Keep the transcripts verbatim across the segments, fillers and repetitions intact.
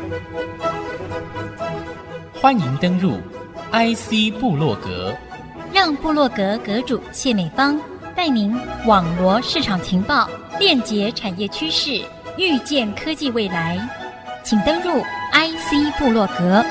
欢迎登入 I C 部落格， 让部落格阁主谢美芳带您网罗市场情报，链接产业趋势，预见科技未来。请登入 I C 部落格。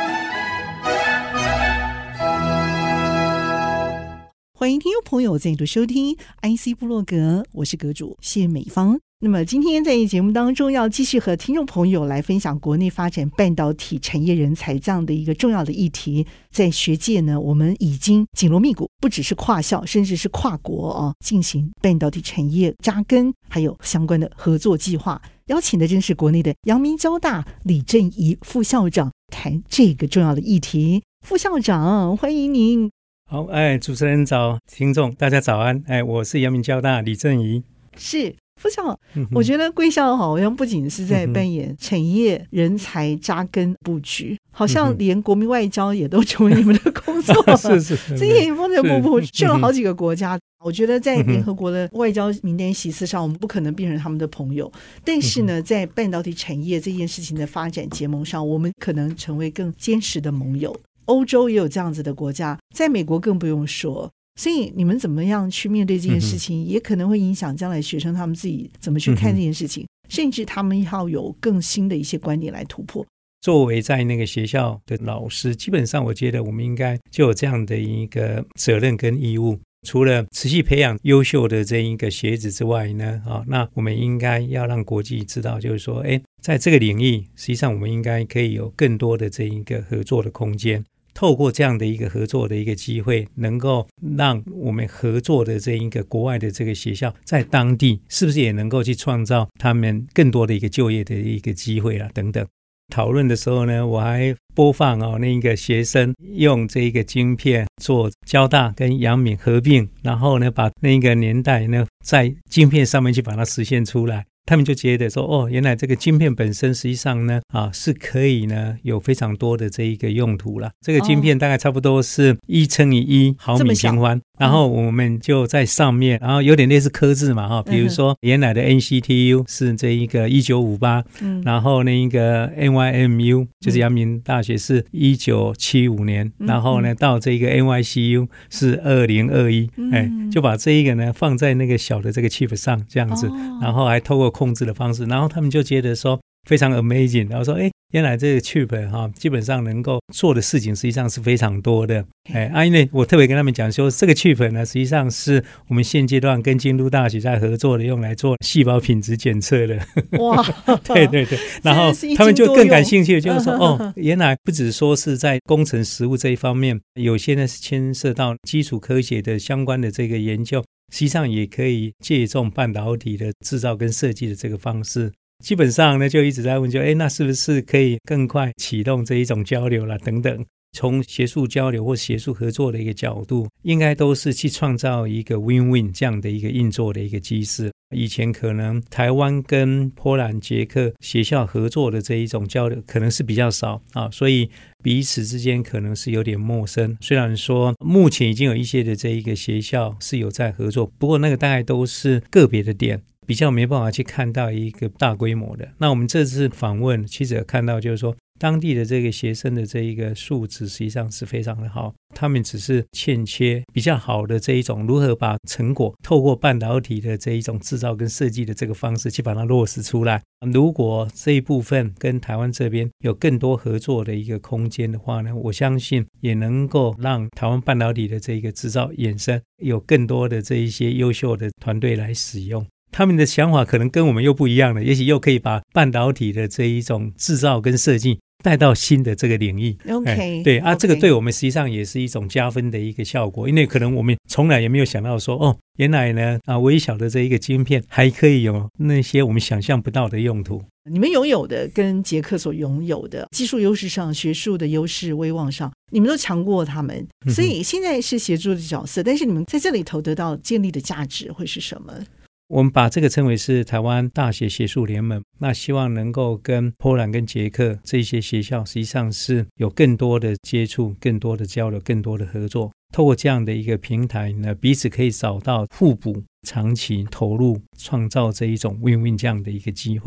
欢迎听众朋友再度收听 I C 部落格，我是阁主谢美芳。那么今天在节目当中要继续和听众朋友来分享国内发展半导体产业人才这样的一个重要的议题。在学界呢，我们已经紧锣密鼓，不只是跨校甚至是跨国啊，进行半导体产业扎根还有相关的合作计划。邀请的正是国内的阳明交大李正仪副校长，谈这个重要的议题。副校长，欢迎您。 好，哎，主持人早，听众大家早安，哎，我是阳明交大李正仪。 是副校，我觉得贵校好像不仅是在扮演产业人才扎根布局，好像连国民外交也都成为你们的工作了。是是是，之前风尘仆仆去了好几个国家，我觉得在联合国的外交名单席次上，我们不可能变成他们的朋友，但是呢，在半导体产业这件事情的发展结盟上，我们可能成为更坚实的盟友。欧洲也有这样子的国家，在美国更不用说。所以你们怎么样去面对这件事情，也可能会影响将来学生他们自己怎么去看这件事情，甚至他们要有更新的一些观点来突破。 作为在那个学校的老师，基本上我觉得我们应该就有这样的一个责任跟义务，除了持续培养优秀的这一个学子之外呢，哦，那我们应该要让国际知道，就是说，哎，在这个领域，实际上我们应该可以有更多的这一个合作的空间。透过这样的一个合作的一个机会，能够让我们合作的这一个国外的这个学校在当地是不是也能够去创造他们更多的一个就业的一个机会啦等等。讨论的时候呢，我还播放哦那个学生用这个晶片做交大跟阳明合并，然后呢把那个年代呢在晶片上面去把它实现出来。他们就觉得说，哦，原来这个晶片本身实际上呢，啊，是可以呢有非常多的这一个用途啦。这个晶片大概差不多是一乘以一毫米平方，然后我们就在上面，然后有点类似刻字嘛，哈，比如说原来的 N C T U 是这一个一九五八，嗯，然后那一个 N Y M U 就是阳明大学是一九七五年，嗯，然后呢到这个 N Y C U 是二零二一，哎，就把这一个呢放在那个小的这个 chip 上这样子，哦，然后还透过控制的方式，然后他们就觉得说非常 amazing， 然后说哎，原来这个 chip 哈，基本上能够做的事情实际上是非常多的。哎，啊，因为我特别跟他们讲说，这个 chip 呢，实际上是我们现阶段跟京都大学在合作的，用来做细胞品质检测的。哇，对对对，然后他们就更感兴趣，就是说哦，原来不只说是在工程实务这一方面，有些呢是牵涉到基础科学的相关的这个研究。实际上也可以借重半导体的制造跟设计的这个方式，基本上呢就一直在问，就哎，那是不是可以更快启动这一种交流啦等等。从学术交流或学术合作的一个角度，应该都是去创造一个 win-win 这样的一个运作的一个机制。以前可能台湾跟波兰捷克学校合作的这一种交流可能是比较少啊，所以彼此之间可能是有点陌生。虽然说目前已经有一些的这一个学校是有在合作，不过那个大概都是个别的点，比较没办法去看到一个大规模的。那我们这次访问其实有看到，就是说当地的这个学生的这一个素质实际上是非常的好，他们只是欠缺比较好的这一种如何把成果透过半导体的这一种制造跟设计的这个方式去把它落实出来。如果这一部分跟台湾这边有更多合作的一个空间的话呢，我相信也能够让台湾半导体的这一个制造衍生有更多的这一些优秀的团队来使用。他们的想法可能跟我们又不一样了，也许又可以把半导体的这一种制造跟设计带到新的这个领域。 OK， 对啊， okay. 这个对我们实际上也是一种加分的一个效果，因为可能我们从来也没有想到说，哦，原来呢啊，微小的这一个晶片还可以有那些我们想象不到的用途。 你们拥有的跟捷克所拥有的技术优势上、学术的优势、威望上，你们都强过他们，所以现在是协助的角色，但是你们在这里头得到建立的价值会是什么？ 我们把这个称为是台湾大学学术联盟，那希望能够跟波兰跟捷克这些学校实际上是有更多的接触、更多的交流、更多的合作，透过这样的一个平台呢，彼此可以找到互补、长期投入，创造这一种 win-win 这样的一个机会。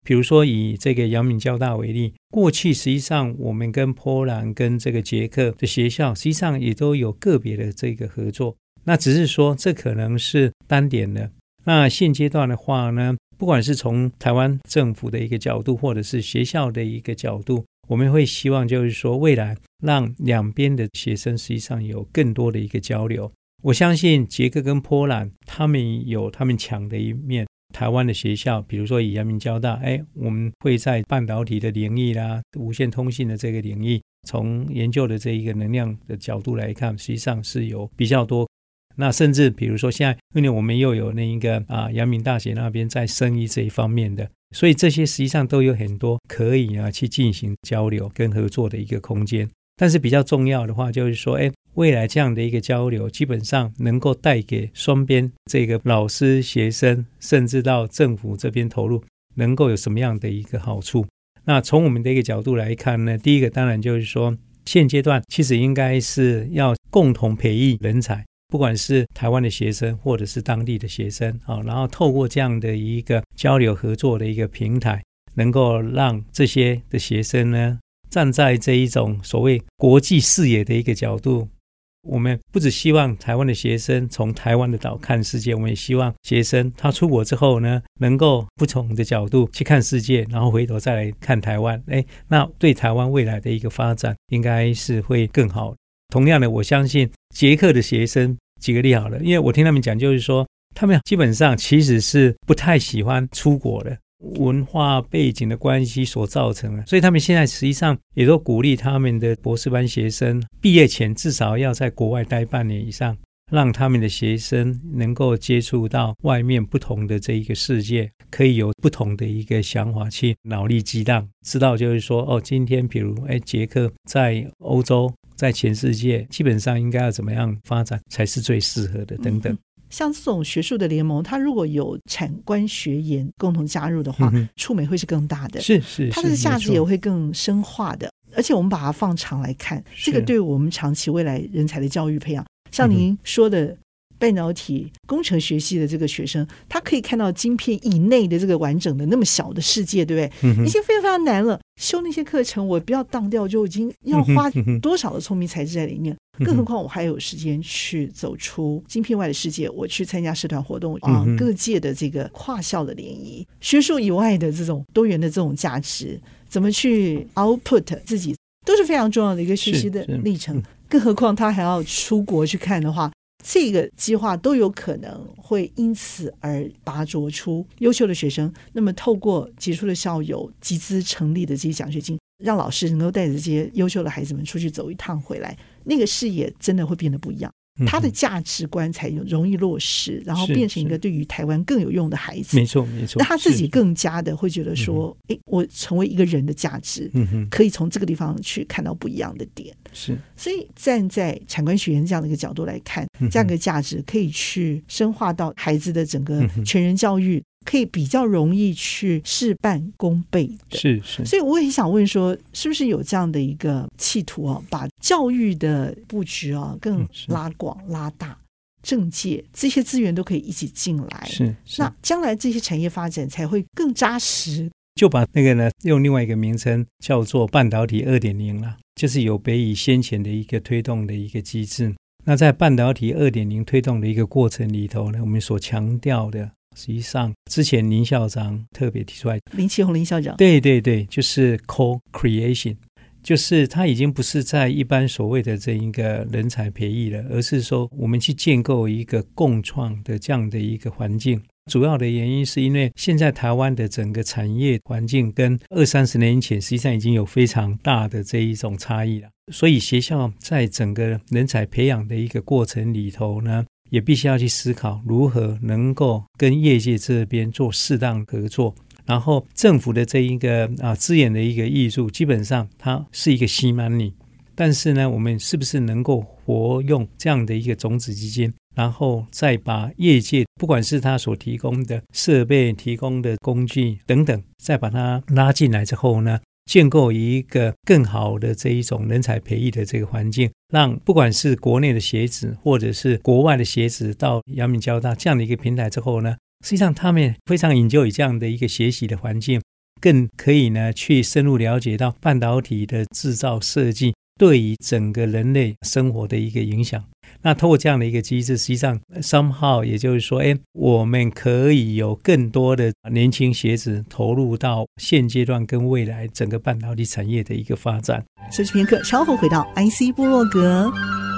比如说以这个阳明交大为例，过去实际上我们跟波兰跟这个捷克的学校实际上也都有个别的这个合作，那只是说这可能是单点的。那现阶段的话呢，不管是从台湾政府的一个角度或者是学校的一个角度，我们会希望就是说未来让两边的学生实际上有更多的一个交流。我相信捷克跟波兰他们有他们强的一面，台湾的学校比如说以阳明交大，哎，我们会在半导体的领域啦，无线通信的这个领域，从研究的这一个能量的角度来看，实际上是有比较多。那甚至比如说现在因为我们又有那一个啊阳明大学那边在生医这一方面的，所以这些实际上都有很多可以啊去进行交流跟合作的一个空间。但是比较重要的话就是说，哎，未来这样的一个交流基本上能够带给双边这个老师学生甚至到政府这边投入能够有什么样的一个好处。那从我们的一个角度来看呢，第一个当然就是说现阶段其实应该是要共同培育人才，不管是台湾的学生或者是当地的学生，然后透过这样的一个交流合作的一个平台，能够让这些的学生呢站在这一种所谓国际视野的一个角度，我们不只希望台湾的学生从台湾的岛看世界，我们也希望学生他出国之后呢能够不同的角度去看世界，然后回头再来看台湾，诶，那对台湾未来的一个发展应该是会更好。同样的，我相信捷克的学生，举个例好了，因为我听他们讲就是说他们基本上其实是不太喜欢出国的，文化背景的关系所造成的，所以他们现在实际上也都鼓励他们的博士班学生毕业前至少要在国外待半年以上，让他们的学生能够接触到外面不同的这一个世界，可以有不同的一个想法去脑力激荡，知道就是说哦，今天比如哎，捷克在欧洲在全世界基本上应该要怎么样发展才是最适合的等等。嗯， 像这种学术的联盟，它如果有产官学研共同加入的话，嗯，触媒会是更大的， 是是， 它的价值也会更深化的。而且我们把它放长来看，这个对我们长期未来人才的教育培养，像您说的半导体工程学系的这个学生，他可以看到晶片以内的这个完整的那么小的世界，对不对？嗯，已经非常非常难了，修那些课程我不要当掉就已经要花多少的聪明才智在里面，嗯，更何况我还有时间去走出晶片外的世界，我去参加社团活动啊，嗯，各界的这个跨校的联谊，学术以外的这种多元的这种价值怎么去 output 自己，都是非常重要的一个学习的历程。更何况他还要出国去看的话，这个计划都有可能会因此而拔擢出优秀的学生。那么透过杰出的校友集资成立的这些奖学金，让老师能够带着这些优秀的孩子们出去走一趟回来，那个视野真的会变得不一样，他的价值观才容易落实，然后变成一个对于台湾更有用的孩子。 没错没错， 那他自己更加的会觉得说，哎，我成为一个人的价值，嗯，可以从这个地方去看到不一样的点。 是， 所以站在产官学研这样的一个角度来看，这样的价值可以去深化到孩子的整个全人教育，可以比较容易去事半功倍的。 是是， 所以我也想问说，是不是有这样的一个企图啊，把教育的布局啊更拉广拉大，政界这些资源都可以一起进来， 是是， 那将来这些产业发展才会更扎实。 就把那个呢用另外一个名称叫做半导体 二点零 啦，就是有别于先前的一个推动的一个机制。那在半导体 二点零 推动的一个过程里头呢，我们所强调的实际上之前林校长特别提出来， 林奇宏林校长， 对对对，就是 co-creation， 就是它已经不是在一般所谓的这一个人才培育了，而是说我们去建构一个共创的这样的一个环境。主要的原因是因为现在台湾的整个产业环境跟二三十年前实际上已经有非常大的这一种差异了，所以学校在整个人才培养的一个过程里头呢，也必须要去思考如何能够跟业界这边做适当合作，然后政府的这一个啊资源的一个挹注，基本上它是一个seed money，但是呢，我们是不是能够活用这样的一个种子基金，然后再把业界不管是他所提供的设备、提供的工具等等，再把它拉进来之后呢，建构一个更好的这一种人才培育的这个环境，让不管是国内的学子或者是国外的学子到阳明交大这样的一个平台之后呢，实际上他们非常enjoy这样的一个学习的环境， 更可以呢去深入了解到半导体的制造设计对于整个人类生活的一个影响。那透过这样的一个机制，实际上 somehow 也就是说，哎，我们可以有更多的年轻学子投入到现阶段跟未来整个半导体产业的一个发展。 休息片刻，稍后回到 I C 部落格。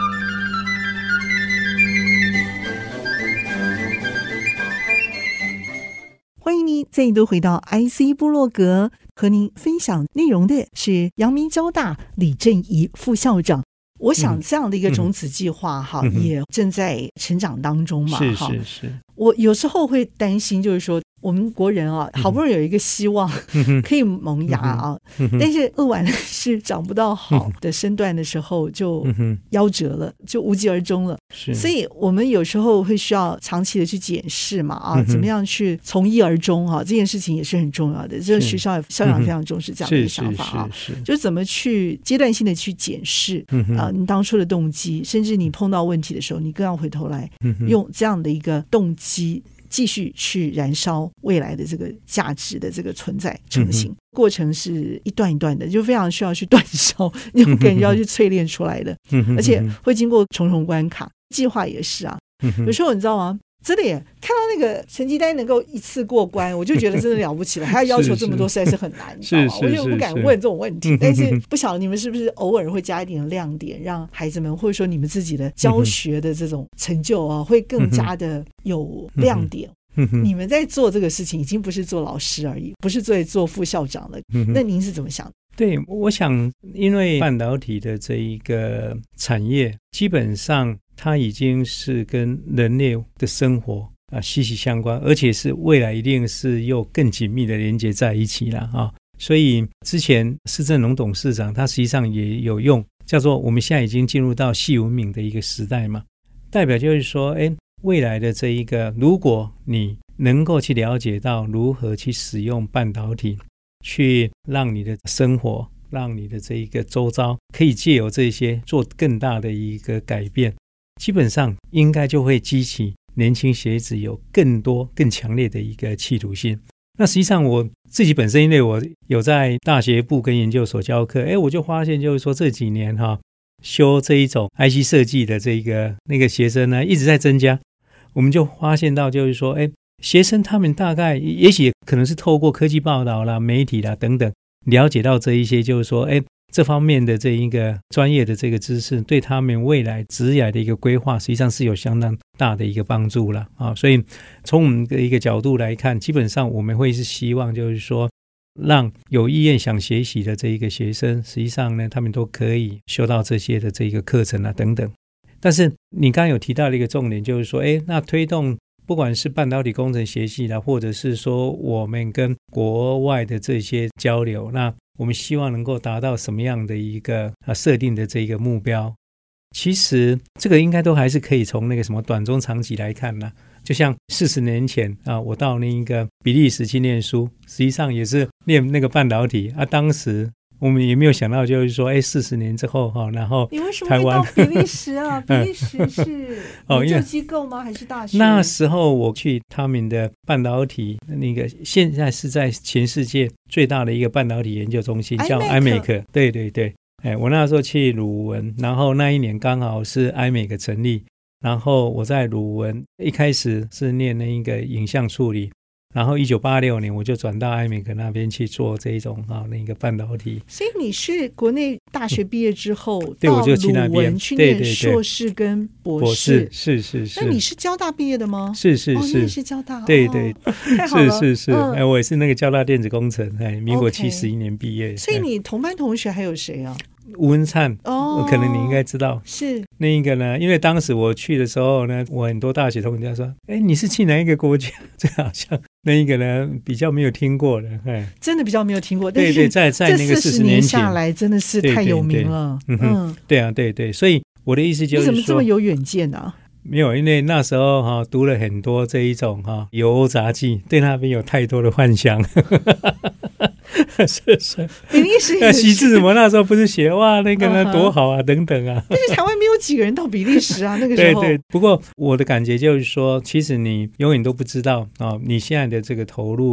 欢迎您再度回到 I C 部落格，和您分享内容的是阳明交大李振仪副校长。我想这样的一个种子计划哈、嗯嗯，也正在成长当中嘛。 是是是。 我有时候会担心，就是说我们国人啊，好不容易有一个希望可以萌芽啊，但是扼腕是长不到好的身段的时候就夭折了，就无疾而终了。所以我们有时候会需要长期的去检视嘛，啊，怎么样去从一而终啊，这件事情也是很重要的。这个学校校长非常重视这样的一个想法啊，就是怎么去阶段性的去检视啊，你当初的动机，甚至你碰到问题的时候，你更要回头来用这样的一个动机继续去燃烧未来的这个价值的这个存在成型、嗯、过程是一段一段的，就非常需要去煅烧，那种感觉要去淬炼出来的、嗯、而且会经过重重关卡。计划也是啊，有时候你知道吗，真的耶，看到那个成绩单能够一次过关，我就觉得真的了不起了，还要要求这么多，实在是很难，你知道吗？我就不敢问这种问题。但是不晓得你们是不是偶尔会加一点亮点，让孩子们或者说你们自己的教学的这种成就啊，会更加的有亮点。你们在做这个事情已经不是做老师而已，不是做做副校长了，那您是怎么想？ 对，我想因为半导体的这一个产业基本上它已经是跟人类的生活啊息息相关，而且是未来一定是又更紧密的连接在一起了啊。所以之前施正荣董事长他实际上也有用叫做我们现在已经进入到细文明的一个时代嘛，代表就是说，哎，未来的这一个，如果你能够去了解到如何去使用半导体，去让你的生活，让你的这一个周遭可以借由这些做更大的一个改变，基本上应该就会激起年轻学子有更多更强烈的一个企图心。那实际上我自己本身因为我有在大学部跟研究所教课，诶我就发现就是说这几年哈修这一种 I C 设计的这个那个学生呢一直在增加。我们就发现到就是说，诶学生他们大概也许可能是透过科技报道啦、媒体啦等等了解到这一些，就是说，诶这方面的这一个专业的这个知识对他们未来职业的一个规划实际上是有相当大的一个帮助啦啊。所以从我们的一个角度来看，基本上我们会是希望就是说让有意愿想学习的这一个学生，实际上呢他们都可以修到这些的这个课程啊等等。但是你刚刚有提到的一个重点就是说，诶那推动不管是半导体工程学系啦，或者是说我们跟国外的这些交流，那我们希望能够达到什么样的一个啊设定的这个目标，其实这个应该都还是可以从那个什么短中长期来看啦。就像四十年前啊，我到那个比利时去念书，实际上也是念那个半导体啊，当时我们也没有想到就是说，哎，四十年之后哈，然后你为什么会到比利时啊？比利时是研究机构吗？还是大学？ 那时候我去他们的半导体那个，现在是在全世界最大的一个半导体研究中心，叫 I M E C。对对对，哎，我那时候去鲁文，然后那一年刚好是 I M E C 成立，然后我在鲁文一开始是念那一个影像处理。然后一九八六年我就转到艾美克那边去做这一种啊那个半导体。 所以你是国内大学毕业之后、嗯、 对，我就去那边去念硕士跟博士。 博士是是是。 那你是交大毕业的吗？ 是是是、哦、 你也是交大。 对对、 哦、太好了。 是是是、 嗯哎、我也是那个交大电子工程，哎，民国七十一年毕业。 所以你同班同学还有谁啊？ 吴文灿哦， 可能你应该知道。 是那一个呢，因为当时我去的时候呢，我很多大学同学说，哎，你是去哪一个国家？这好像那一个呢比较没有听过的，哎， 真的比较没有听过。 对对，在在那个四十年下来真的是太有名了。 对对对嗯，对啊，对对，所以我的意思就是说， 你怎么这么有远见啊？ 没有，因为那时候哈、哦、读了很多这一种哈、哦、油欧杂技，对那边有太多的幻想。是是， 比利时那习志摩那时候不是写哇那个呢、uh-huh. 多好啊等等啊， 但是台湾没有几个人到比利时啊那个时候。 对对，不过我的感觉就是说，其实你永远都不知道啊、哦，你现在的这个投入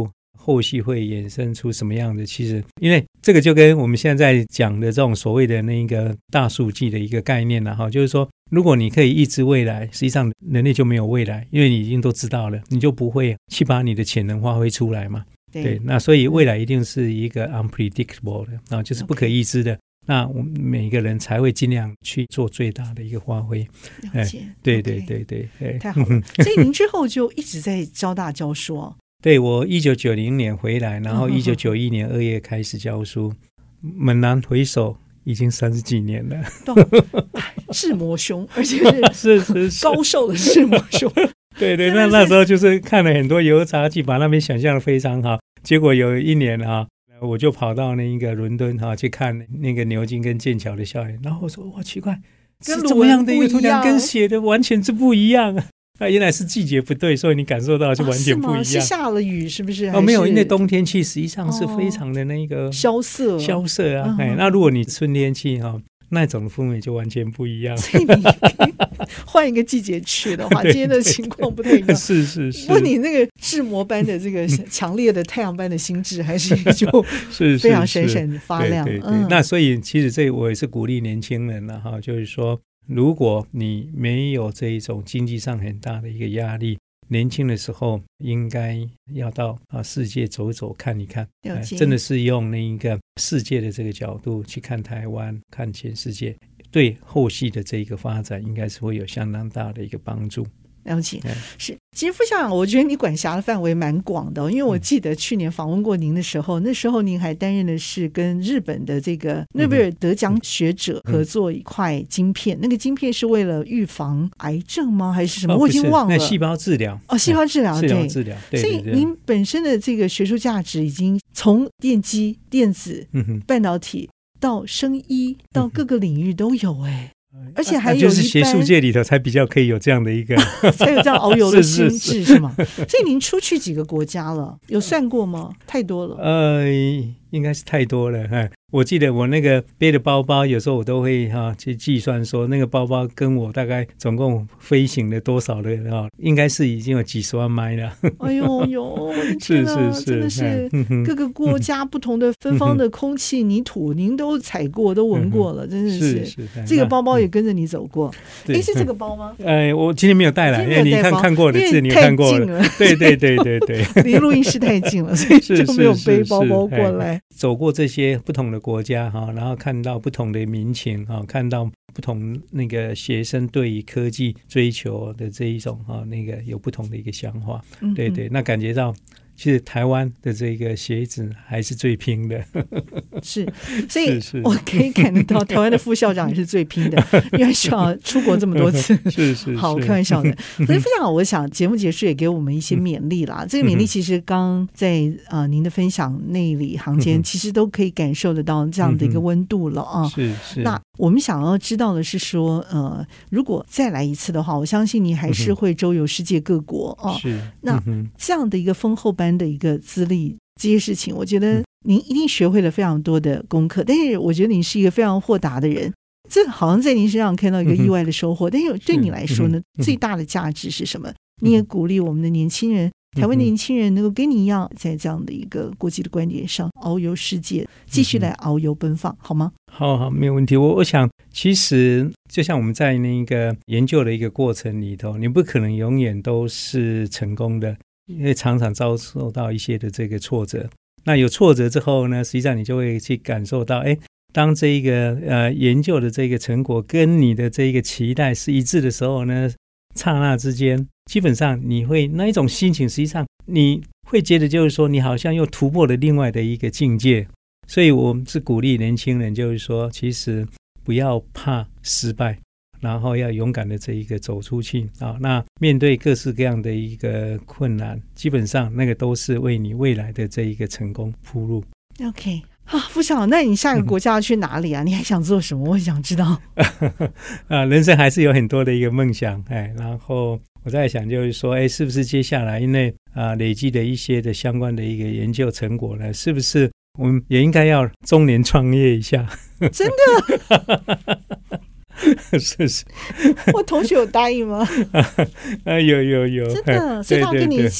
后续会衍生出什么样的，其实因为这个就跟我们现在讲的这种所谓的那个大数据的一个概念啦，就是说如果你可以预知未来，实际上人类就没有未来，因为你已经都知道了，你就不会去把你的潜能发挥出来嘛。 对, 对，那所以未来一定是一个 unpredictable 的、啊、就是不可预知的、okay. 那我们每个人才会尽量去做最大的一个发挥。 了解、哎、 对对对对、okay. 太好了。所以您之后就一直在交大教书哦。 对，我一九九零年回来，然后一九九一年二月开始教书，猛然回首已经三十几年了。 智魔兄，而且是是是高寿的智魔兄。 对对，那那时候就是看了很多油茶剧，把那边想象的非常好。结果有一年啊，我就跑到那个伦敦哈、啊、去看那个牛津跟剑桥的校园，然后我说哇奇怪， 跟怎么样的一个图像跟写的完全是不一样啊。啊，原来是季节不对，所以你感受到就完全不一样。哦、是, 是下了雨是不是？ 哦，没有，因为冬天去实际上是非常的那个萧瑟， 萧瑟啊。哎、嗯，那如果你春天去哈、哦，那种氛围就完全不一样。 所以你换一个季节去的话，今天的情况不太一样。 是是是。 不过你那个志摩般的这个强烈的太阳般的心智，还是就非常闪闪发亮。 对对对、嗯。那所以其实这我也是鼓励年轻人了哈，就是说。如果你没有这一种经济上很大的一个压力，年轻的时候应该要到啊世界走走看一看、哎、真的是用那一个世界的这个角度去看台湾，看全世界，对后续的这一个发展应该是会有相当大的一个帮助。 了解，是。其实副校长，我觉得你管辖的范围蛮广的、哦，因为我记得去年访问过您的时候，那时候您还担任的是跟日本的这个诺贝尔得奖学者合作一块晶片，嗯、那个晶片是为了预防癌症吗？还是什么？哦、我已经忘了。 那细胞治疗哦，细胞治疗， 对，细胞治疗。对对对， 所以您本身的这个学术价值已经从电机、电子、嗯、半导体到生医，到各个领域都有哎。而且还有一般、啊、 就是学术界里头才比较可以有这样的一个才有这样遨游的心智 是, 是, 是吗？所以您出去几个国家了？有算过吗？太多了。 呃，应该是太多了。我记得我那个背的包包，有时候我都会哈、啊、去计算说，那个包包跟我大概总共飞行了多少的啊，应该是已经有几十万迈了。 哎呦呦，我的天啊，是是是，真的是各个国家不同的芬芳的空气、泥土，您都踩过、都闻过了，真的是。是是，这个包包也跟着你走过。哎，是这个包吗？ 哎，我今天没有带来，因为你看看过的字，你看过了。对对对对对， 离录音室太近了，所以就没有背包包过来。 走过这些不同的国家哈，然后看到不同的民情哈，看到不同那个学生对于科技追求的这一种哈，那个有不同的一个想法，嗯、对对，那感觉到其实台湾的这个学子还是最拼的。 是，所以我可以看得到台湾的副校长也是最拼的，因为需要出国这么多次。 是是是， 好，开玩笑的。所以副校长，我想节目结束也给我们一些勉励啦。嗯、这个勉励其实刚在呃您的分享内里行间，嗯、其实都可以感受得到这样的一个温度了啊。 是是。 那我们想要知道的是说，呃，如果再来一次的话，我相信你还是会周游世界各国啊。是。那这样的一个丰厚班的一个资历，这些事情我觉得您一定学会了非常多的功课，但是我觉得你是一个非常豁达的人，这好像在您身上看到一个意外的收获。但是对你来说呢，最大的价值是什么？你也鼓励我们的年轻人，台湾的年轻人能够跟你一样，在这样的一个国际的观点上遨游世界，继续来遨游奔放，好吗？ 好好，没有问题。我我想其实就像我们在那个研究的一个过程里头，你不可能永远都是成功的，因为常常遭受到一些的这个挫折。那有挫折之后呢，实际上你就会去感受到，哎，当这一个呃研究的这个成果跟你的这个期待是一致的时候呢，刹那之间，基本上你会那一种心情，实际上你会觉得就是说，你好像又突破了另外的一个境界。所以我们是鼓励年轻人，就是说，其实不要怕失败。然后要勇敢的这一个走出去啊！那面对各式各样的一个困难，基本上那个都是为你未来的这一个成功铺路。 OK， 好，副校长，那你下一个国家要去哪里啊？嗯、你还想做什么？我想知道。 啊，人生还是有很多的一个梦想，哎，然后我在想就是说，哎，是不是接下来因为啊累积的一些的相关的一个研究成果呢，是不是我们也应该要中年创业一下？ 真的？ 是是， 我同学有答应吗？ 啊，有有有， 真的，所以他要跟你一起。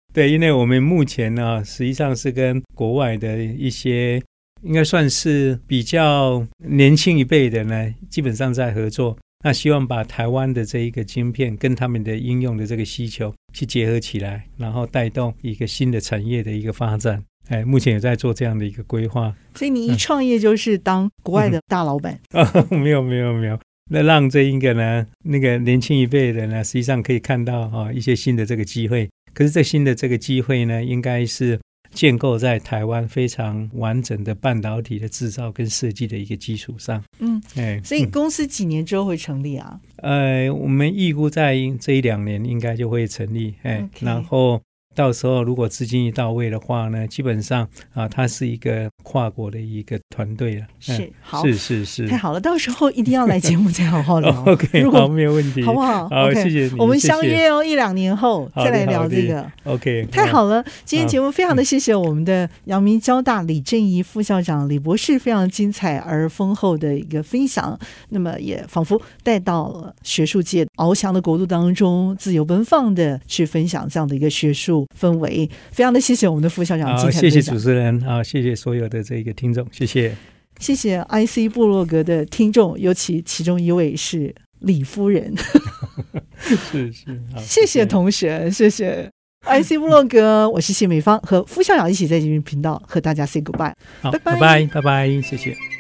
对，因为我们目前呢，实际上是跟国外的一些应该算是比较年轻一辈的呢，基本上在合作。那希望把台湾的这一个晶片跟他们的应用的这个需求去结合起来，然后带动一个新的产业的一个发展。哎，目前也在做这样的一个规划。 所以你一创业就是当国外的大老板？ 嗯哦、没有没有没有，那让这一个呢，那个年轻一辈的呢，实际上可以看到啊、哦、一些新的这个机会。可是这新的这个机会呢，应该是建构在台湾非常完整的半导体的制造跟设计的一个基础上。 嗯， 哎， 所以公司几年之后会成立啊？ 嗯、呃，我们预估在这一两年应该就会成立。哎， okay. 然后到时候如果资金一到位的话呢，基本上啊，它是一个跨国的一个团队了。 是、嗯，好， 是是是， 太好了，到时候一定要来节目再好好聊。 OK， 好，没有问题， 好不好？ 好， okay, 谢谢你， 我们相约哦，一两年后再来聊这个。 OK， 太好了，今天节目非常的谢谢我们的阳明交大李正仪副校长李博士非常精彩而丰厚的一个分享，那么也仿佛带到了学术界翱翔的国度当中，自由奔放的去分享这样的一个学术氛围。非常的谢谢我们的副校长精彩的分享。 谢谢主持人啊，谢谢所有的这个听众，谢谢。 谢谢 I C 部落格的听众，尤其其中一位是李夫人。 是是，好， 谢谢同学，谢谢 I C 部落格，我是谢美芳，和副校长一起在这边频道和大家 say goodbye， 好， 拜拜拜拜拜拜，谢谢。